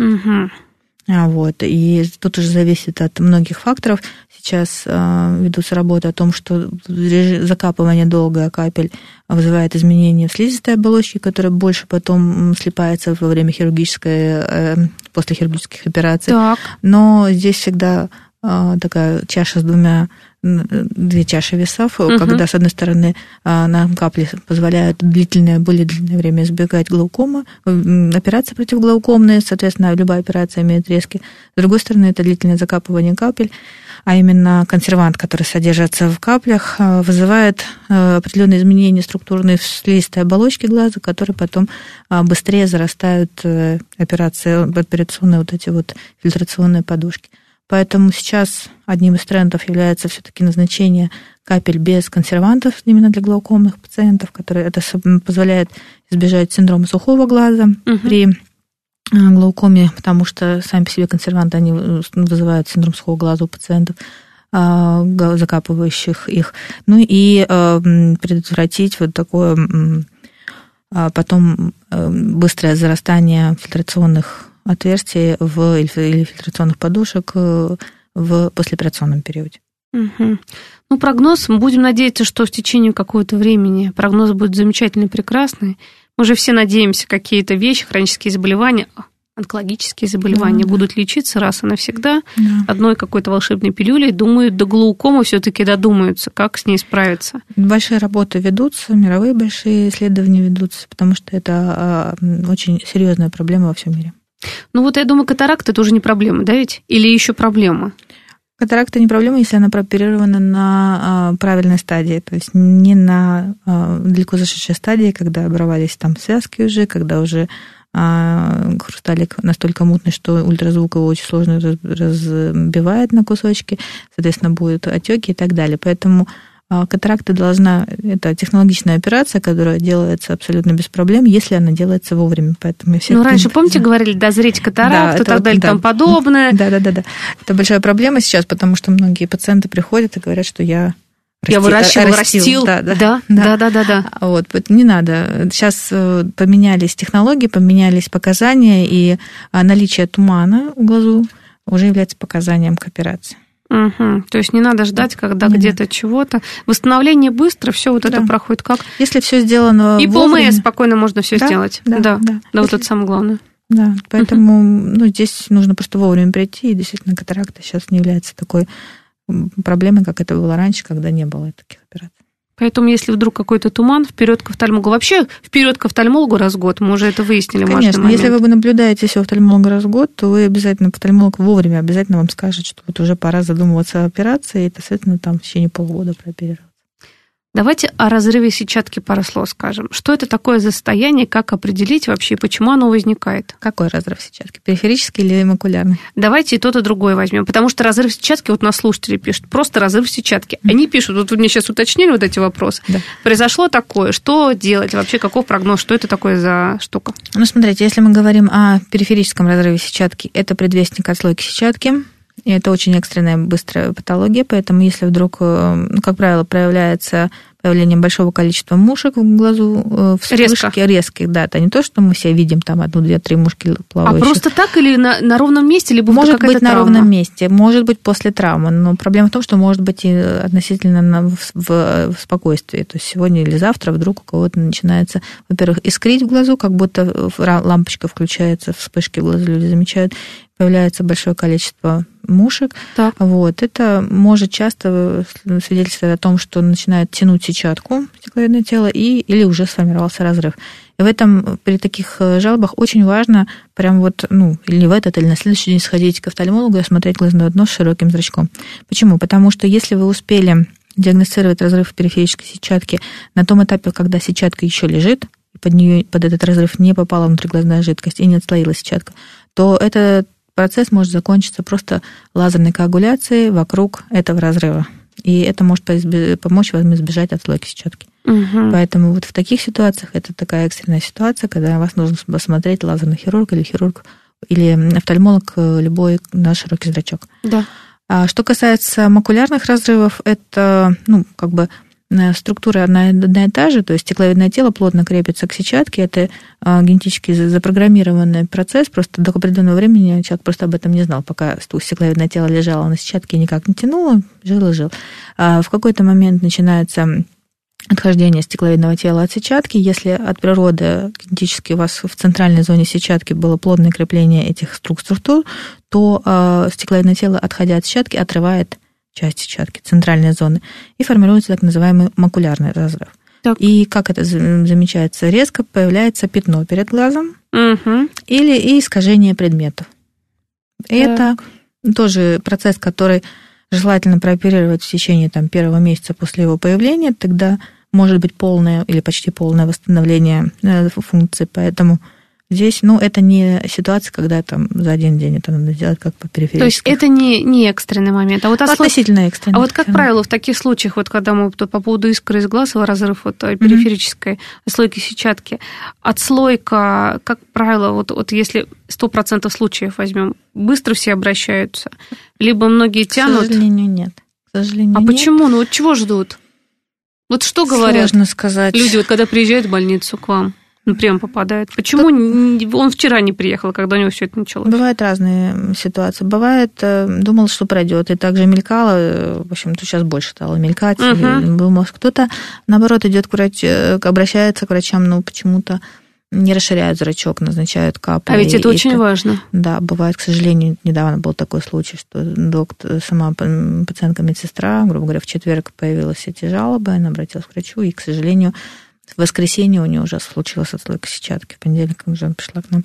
И тут уже зависит от многих факторов. Сейчас ведутся работы о том, что закапывание долгое капель вызывает изменения в слизистой оболочке, которая больше потом слипается во время после хирургических операций. Так. Но здесь всегда такая чаша с две чаши весов, когда, с одной стороны, нам капли позволяют более длительное время избегать глаукомы, операции противоглаукомные, соответственно, любая операция имеет риски. С другой стороны, это длительное закапывание капель, а именно консервант, который содержится в каплях, вызывает определенные изменения структурные в слизистой оболочке глаза, которые потом быстрее зарастают операционные вот эти вот фильтрационные подушки. Поэтому сейчас одним из трендов является все-таки назначение капель без консервантов именно для глаукомных пациентов, которые это позволяет избежать синдрома сухого глаза при глаукоме, потому что сами по себе консерванты, они вызывают синдром сухого глаза у пациентов, закапывающих их. И предотвратить вот такое потом быстрое зарастание фильтрационных отверстий или фильтрационных подушек в послеоперационном периоде. Прогноз, мы будем надеяться, что в течение какого-то времени прогноз будет замечательный, прекрасный. Мы же все надеемся, какие-то вещи, хронические заболевания, онкологические заболевания будут лечиться раз и навсегда одной какой-то волшебной пилюлей. Думаю, до глаукомы все-таки додумаются, как с ней справиться. Большие работы ведутся, мировые большие исследования ведутся, потому что это очень серьезная проблема во всем мире. Я думаю, катаракта — это уже не проблема, да ведь? Или еще проблема? Катаракта не проблема, если она прооперирована на правильной стадии, то есть не на далеко зашедшей стадии, когда оборвались там связки уже, когда уже хрусталик настолько мутный, что ультразвук его очень сложно разбивает на кусочки, соответственно, будут отеки и так далее. Поэтому катаракта это технологичная операция, которая делается абсолютно без проблем, если она делается вовремя. Поэтому раньше, помните, говорили, дозреть катаракту и так далее, тому подобное. Да. Это большая проблема сейчас, потому что многие пациенты приходят и говорят, что я растил. Да. Не надо. Сейчас поменялись технологии, поменялись показания, и наличие тумана в глазу уже является показанием к операции. То есть не надо ждать, когда где-то чего-то. Восстановление быстро, все это проходит как? Если все сделано и вовремя. По ОМС спокойно можно все сделать. Да, вот это самое главное. Да, поэтому здесь нужно просто вовремя прийти, и действительно катаракта сейчас не является такой проблемой, как это было раньше, когда не было таких операций. Поэтому, если вдруг какой-то туман, вперед к офтальмологу. Вообще, вперед к офтальмологу раз в год. Мы уже это выяснили. Конечно, если вы наблюдаетесь у офтальмолога раз в год, то вы обязательно, офтальмолог вовремя обязательно вам скажет, что вот уже пора задумываться о операции, и, соответственно, там в течение полугода прооперироваться. Давайте о разрыве сетчатки пару слов скажем. Что это такое за состояние, как определить вообще, почему оно возникает? Какой разрыв сетчатки? Периферический или макулярный? Давайте и тот, и другой возьмем, потому что разрыв сетчатки, вот нас слушатели пишут, просто разрыв сетчатки. Они пишут, вот вы мне сейчас уточнили вот эти вопросы. Да. Произошло такое, что делать? Вообще, каков прогноз? Что это такое за штука? Ну, смотрите, если мы говорим о периферическом разрыве сетчатки, это предвестник отслойки сетчатки. И это очень экстренная, быстрая патология, поэтому если вдруг, как правило, проявляется появление большого количества мушек в глазу, вспышки резких, да, это не то, что мы все видим там 1, 2, 3 мушки плавающие. А просто так или на ровном месте, либо может быть травма? На ровном месте, может быть после травмы, но проблема в том, что может быть и относительно в спокойствии, то есть сегодня или завтра вдруг у кого-то начинается, во-первых, искрить в глазу, как будто лампочка включается, вспышки в глазу люди замечают, появляется большое количество мушек. Так. Вот. Это может часто свидетельствовать о том, что начинает тянуть сетчатку, стекловидное тело, или уже сформировался разрыв. И в этом, при таких жалобах очень важно прям вот, или в этот, или на следующий день сходить к офтальмологу и осмотреть глазное дно с широким зрачком. Почему? Потому что если вы успели диагностировать разрыв периферической сетчатки на том этапе, когда сетчатка еще лежит, и под этот разрыв не попала внутриглазная жидкость и не отслоилась сетчатка, то этот процесс может закончиться просто лазерной коагуляцией вокруг этого разрыва. И это может помочь вам избежать отслойки сетчатки. Угу. Поэтому вот в таких ситуациях это такая экстренная ситуация, когда вас нужно посмотреть лазерный хирург, или офтальмолог любой на широкий зрачок. Да. А что касается макулярных разрывов, это, структура одна и та же, то есть стекловидное тело плотно крепится к сетчатке, это генетически запрограммированный процесс, просто до определенного времени человек просто об этом не знал, пока стекловидное тело лежало на сетчатке и никак не тянуло, жил. А в какой-то момент начинается отхождение стекловидного тела от сетчатки. Если от природы генетически у вас в центральной зоне сетчатки было плотное крепление этих структур, то стекловидное тело, отходя от сетчатки, отрывает часть сетчатки, центральной зоны, и формируется так называемый макулярный разрыв. Так. И как это замечается? Резко появляется пятно перед глазом или искажение предметов. Так. Это тоже процесс, который желательно прооперировать в течение первого месяца после его появления, тогда может быть полное или почти полное восстановление функции, поэтому здесь, это не ситуация, когда за один день это надо сделать как по периферически. То есть это не экстренный момент. Относительно экстренный. А вот как правило в таких случаях, когда мы по поводу искры из глаз, разрыв периферической отслойки сетчатки, отслойка, как правило, вот если 100% случаев возьмем, быстро все обращаются, либо многие тянут? К сожалению, нет. Почему? Чего ждут? Вот что говорят? Сложно сказать. Люди, когда приезжают в больницу к вам? Прям попадает. Почему он вчера не приехал, когда у него все это началось? Бывают разные ситуации. Бывает, думал, что пройдет, и также мелькало, в общем-то, сейчас больше стало мелькать. Думал, кто-то, наоборот, обращается к врачам, почему-то не расширяют зрачок, назначают капли. А ведь это очень важно. Да, бывает, к сожалению, недавно был такой случай, что сама пациентка-медсестра, грубо говоря, в четверг появились эти жалобы, она обратилась к врачу, и, к сожалению, в воскресенье у нее уже случилась отслойка сетчатки, в понедельник уже она пришла к нам.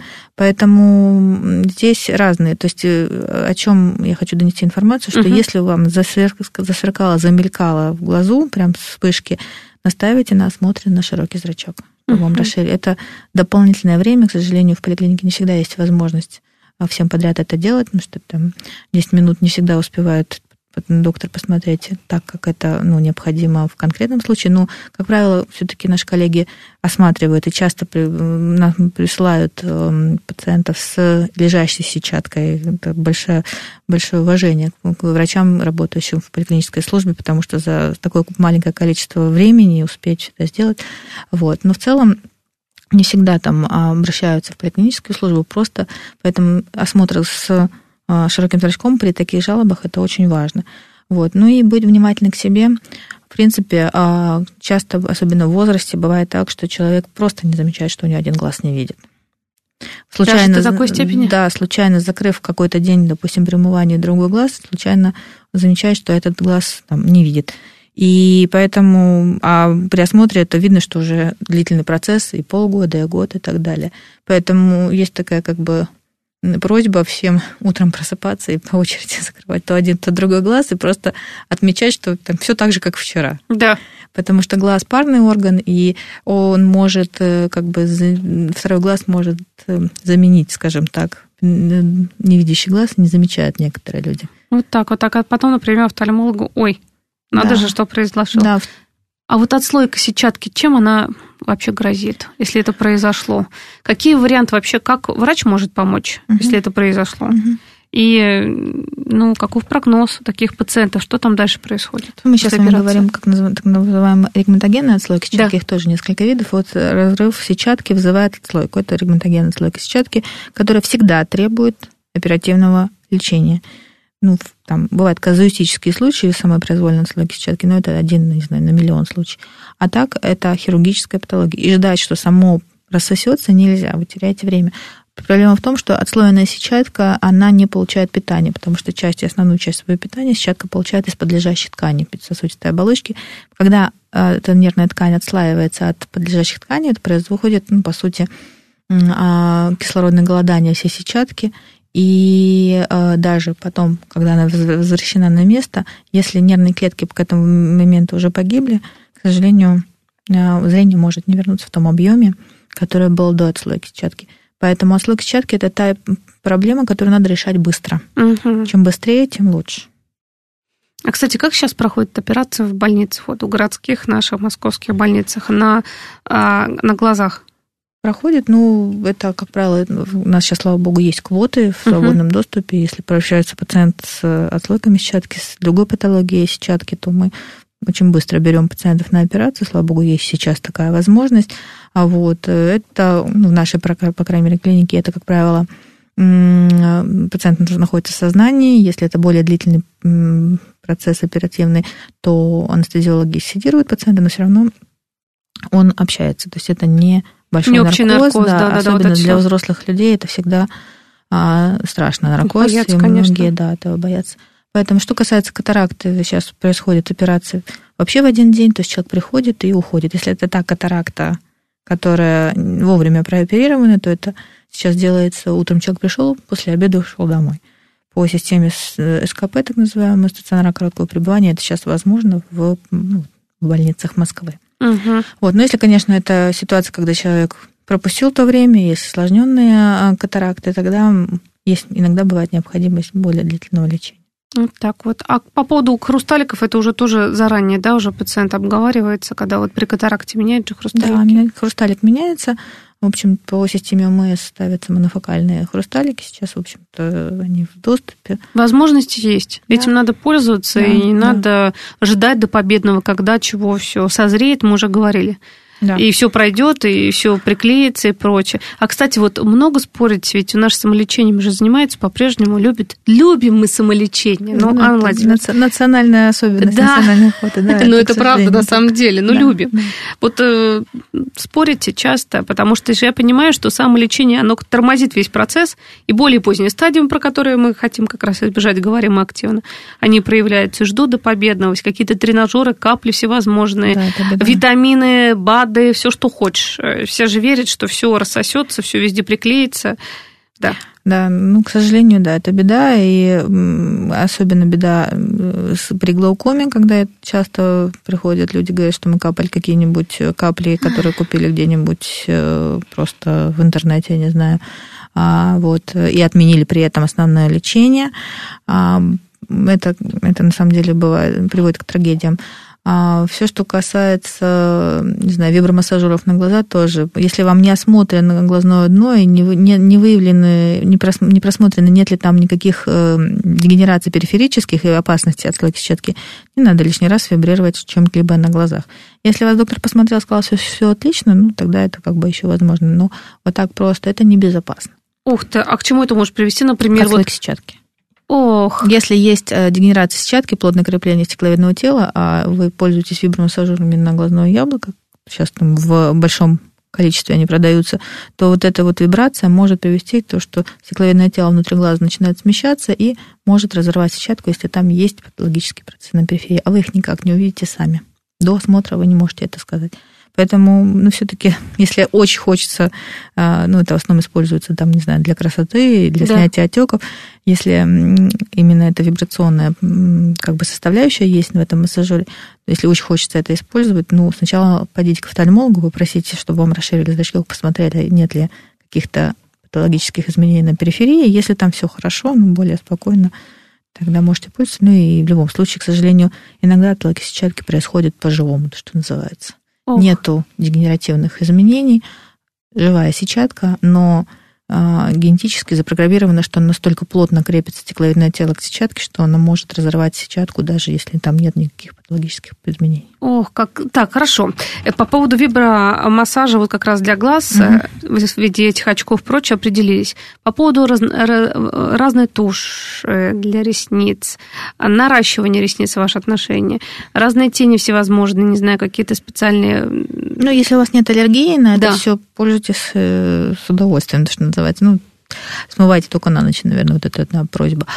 Поэтому здесь разные. То есть о чем я хочу донести информацию, что если вам засверкало, замелькало в глазу, прям с вспышки, наставите на осмотр на широкий зрачок. Вам расширить. Это дополнительное время, к сожалению, в поликлинике не всегда есть возможность всем подряд это делать, потому что 10 минут не всегда успевают доктор посмотреть так, как это необходимо в конкретном случае. Но, как правило, все-таки наши коллеги осматривают и часто присылают пациентов с лежащей сетчаткой. Это большое уважение к врачам, работающим в поликлинической службе, потому что за такое маленькое количество времени успеть это сделать. Вот. Но в целом не всегда обращаются в поликлиническую службу, просто поэтому осмотр с широким зрачком при таких жалобах это очень важно. Вот. И быть внимательным к себе. В принципе, часто, особенно в возрасте, бывает так, что человек просто не замечает, что у него один глаз не видит. Случайно, даже до такой степени? Да, случайно закрыв какой-то день, допустим, при умывании другой глаз, случайно замечает, что этот глаз не видит. И поэтому при осмотре это видно, что уже длительный процесс, и полгода, и год, и так далее. Поэтому есть такая как бы просьба всем утром просыпаться и по очереди закрывать то один, то другой глаз, и просто отмечать, что там все так же, как вчера. Да. Потому что глаз парный орган, и он может, как бы, второй глаз может заменить, скажем так. Невидящий глаз не замечают некоторые люди. Вот так. А потом, например, офтальмологу, надо же, что произошло. Да. А вот отслойка сетчатки, чем она вообще грозит, если это произошло? Какие варианты вообще, как врач может помочь, если это произошло? И, каков прогноз таких пациентов? Что там дальше происходит? Мы сейчас с вами говорим, как называемая регматогенная отслойка сетчатки. Да. Их тоже несколько видов. Вот разрыв сетчатки вызывает отслойку. Это регматогенная отслойка сетчатки, которая всегда требует оперативного лечения. Там бывают казуистические случаи самопроизвольной отслойки сетчатки, но это один, не знаю, на миллион случаев. А так это хирургическая патология. И ждать, что само рассосется, нельзя. Вы теряете время. Проблема в том, что отслоенная сетчатка, она не получает питания, потому что основную часть своего питания сетчатка получает из подлежащих тканей сосудистой оболочки. Когда эта нервная ткань отслаивается от подлежащих тканей, это происходит, по сути, кислородное голодание всей сетчатки. И даже потом, когда она возвращена на место, если нервные клетки к этому моменту уже погибли, к сожалению, зрение может не вернуться в том объеме, который был до отслойки сетчатки. Поэтому отслойка сетчатки – это та проблема, которую надо решать быстро. Чем быстрее, тем лучше. А, кстати, как сейчас проходит операция в больницах, вот у городских наших московских больницах, на глазах? Проходит, это, как правило, у нас сейчас, слава богу, есть квоты в свободном доступе. Если обращается пациент с отслойками сетчатки, с другой патологией сетчатки, то мы очень быстро берем пациентов на операцию. Слава богу, есть сейчас такая возможность. Это в нашей, по крайней мере, клинике, это, как правило, пациент находится в сознании. Если это более длительный процесс оперативный, то анестезиологи седируют пациента, но все равно он общается. То есть это не большой наркоз, особенно для взрослых людей это всегда страшно. Наркоз, боятся, и многие этого боятся. Поэтому, что касается катаракты, сейчас происходит операция вообще в один день, то есть человек приходит и уходит. Если это та катаракта, которая вовремя прооперирована, то это сейчас делается утром. Человек пришел, после обеда ушел домой. По системе СКП, так называемого, стационара короткого пребывания, это сейчас возможно в больницах Москвы. Но если, конечно, это ситуация, когда человек пропустил то время, есть осложненные катаракты, тогда иногда бывает необходимость более длительного лечения. Вот так вот. А по поводу хрусталиков, это уже тоже заранее, да, уже пациент обговаривается, когда вот при катаракте меняют же хрусталики? Да, хрусталик меняется. В общем, по системе ОМС ставятся монофокальные хрусталики. Сейчас, в общем-то, они в доступе. Возможности есть. Да. Этим надо пользоваться, и не надо ждать до победного, когда чего все созреет, мы уже говорили. Да. И все пройдет, и все приклеится и прочее. А, кстати, вот много спорить, ведь у нас самолечением же занимается по-прежнему, любим мы самолечение. Ну, Анна Владимировна. Национальная особенность, национальная охота. Да, это правда, на самом деле. Любим. Да. Вот спорите часто, потому что я понимаю, что самолечение, оно тормозит весь процесс, и более поздние стадии, про которые мы хотим как раз избежать, говорим активно, они проявляются, ждут до победного, какие-то тренажеры, капли всевозможные, витамины, БАДы, все, что хочешь. Все же верят, что все рассосется, все везде приклеится. Да. Да, к сожалению, да, это беда, и особенно беда при глаукоме, когда часто приходят люди, говорят, что мы капали какие-нибудь капли, которые купили где-нибудь просто в интернете, я не знаю, и отменили при этом основное лечение. Это на самом деле приводит к трагедиям. Все, что касается, не знаю, вибромассажеров на глаза, тоже. Если вам не осмотрено глазное дно и не выявлены, не просмотрено, нет ли там никаких дегенераций периферических и опасностей отслойки сетчатки, не надо лишний раз вибрировать чем-либо на глазах. Если вас доктор посмотрел, сказал, что все отлично, тогда это как бы еще возможно. Но вот так просто это небезопасно. Ух ты, а к чему это может привести, например? К отслойке сетчатки. Ох. Если есть дегенерация сетчатки, плотное крепление стекловидного тела, а вы пользуетесь вибромассажерами на глазное яблоко, сейчас там в большом количестве они продаются, то вот эта вот вибрация может привести к тому, что стекловидное тело внутри глаза начинает смещаться и может разорвать сетчатку, если там есть патологические процессы на периферии, а вы их никак не увидите сами. До осмотра вы не можете это сказать. Поэтому, все-таки, если очень хочется, это в основном используется, там, не знаю, для красоты, для снятия отеков, если именно эта вибрационная составляющая есть в этом массажере, если очень хочется это использовать, сначала пойдите к офтальмологу, попросите, чтобы вам расширили зрачки, посмотрели, нет ли каких-то патологических изменений на периферии. Если там все хорошо, более спокойно, тогда можете пользоваться. И в любом случае, к сожалению, иногда отлоки сетчатки происходят по-живому, то, что называется. Нету дегенеративных изменений, живая сетчатка, но генетически запрограммировано, что она настолько плотно крепится стекловидное тело к сетчатке, что она может разорвать сетчатку, даже если там нет никаких патологических изменений. Так, хорошо. По поводу вибромассажа вот как раз для глаз в виде этих очков и прочее определились. По поводу разной тушь для ресниц, наращивание ресниц, ваше отношение, разные тени всевозможные, не знаю, какие-то специальные... если у вас нет аллергии на это все, пользуйтесь с удовольствием, что называется. Смывайте только на ночь, наверное, вот это одна просьба.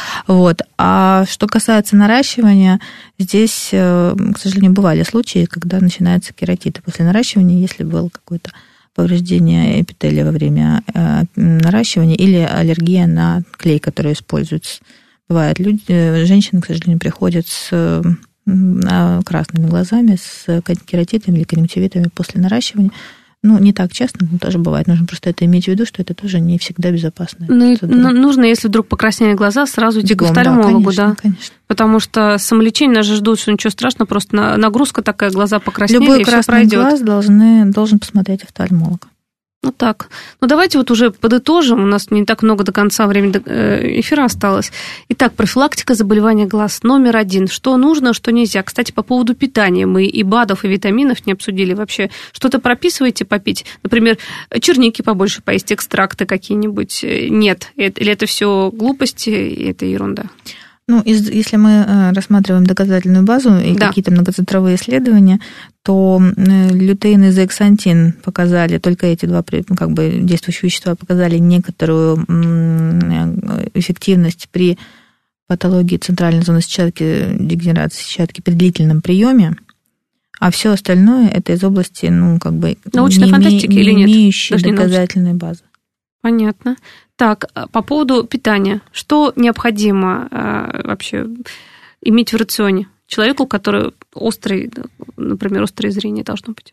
А что касается наращивания, здесь, к сожалению, бывали случаи, когда начинается кератит. После наращивания, если было какое-то повреждение эпителия во время наращивания или аллергия на клей, который используется. Бывает, женщины, к сожалению, приходят с красными глазами, с кератитами или конъюнктивитами после наращивания. Не так часто, но тоже бывает. Нужно просто это иметь в виду, что это тоже не всегда безопасно. Нужно, если вдруг покраснели глаза, сразу идти к офтальмологу, конечно. Потому что самолечение нас же ждут, что ничего страшного, просто нагрузка такая, глаза покраснели, любой и все пройдет. Любой красный глаз должен посмотреть офтальмолог. Так. Давайте уже подытожим. У нас не так много до конца времени эфира осталось. Итак, профилактика заболевания глаз номер 1. Что нужно, что нельзя. Кстати, по поводу питания. Мы и БАДов, и витаминов не обсудили вообще. Что-то прописываете попить? Например, черники побольше поесть, экстракты какие-нибудь? Нет. Или это все глупости, и это ерунда? Если мы рассматриваем доказательную базу и какие-то многоцентровые исследования, то лютеин и зеаксантин показали, только эти два действующие вещества показали некоторую эффективность при патологии центральной зоны сетчатки, дегенерации сетчатки при длительном приеме, а все остальное это из области, научной фантастики или нет? Не имеющей доказательной базы. Понятно. Так, по поводу питания. Что необходимо вообще иметь в рационе человеку, который например, острое зрение должно быть?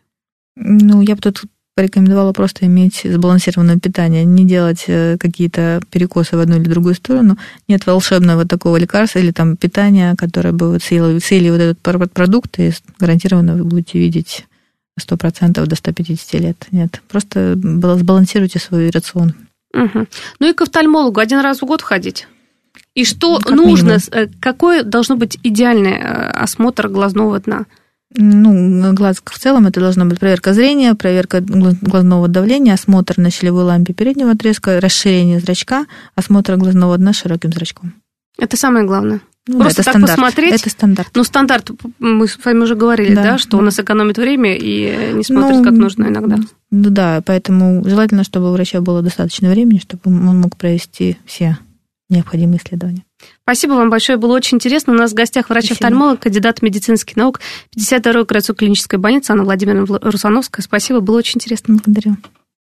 Я бы тут порекомендовала просто иметь сбалансированное питание, не делать какие-то перекосы в одну или другую сторону. Нет волшебного такого лекарства или питания, которое бы съели вот этот продукт, и гарантированно вы будете видеть 100% до 150 лет. Нет, просто сбалансируйте свой рацион. Угу. И к офтальмологу 1 раз в год ходить. И что нужно, какой должно быть идеальный осмотр глазного дна? Глаз в целом это должна быть проверка зрения, проверка глазного давления, осмотр на щелевой лампе переднего отрезка, расширение зрачка, осмотр глазного дна широким зрачком. Это самое главное. Просто так стандарт. Посмотреть. Это стандарт. Стандарт, мы с вами уже говорили, что у нас экономит время и не смотрит, как нужно иногда. Да, поэтому желательно, чтобы у врача было достаточно времени, чтобы он мог провести все необходимые исследования. Спасибо вам большое, было очень интересно. У нас в гостях врач-офтальмолог, кандидат медицинских наук, 52-й городской клинической больницы Анна Владимировна Русановская. Спасибо, было очень интересно. Благодарю.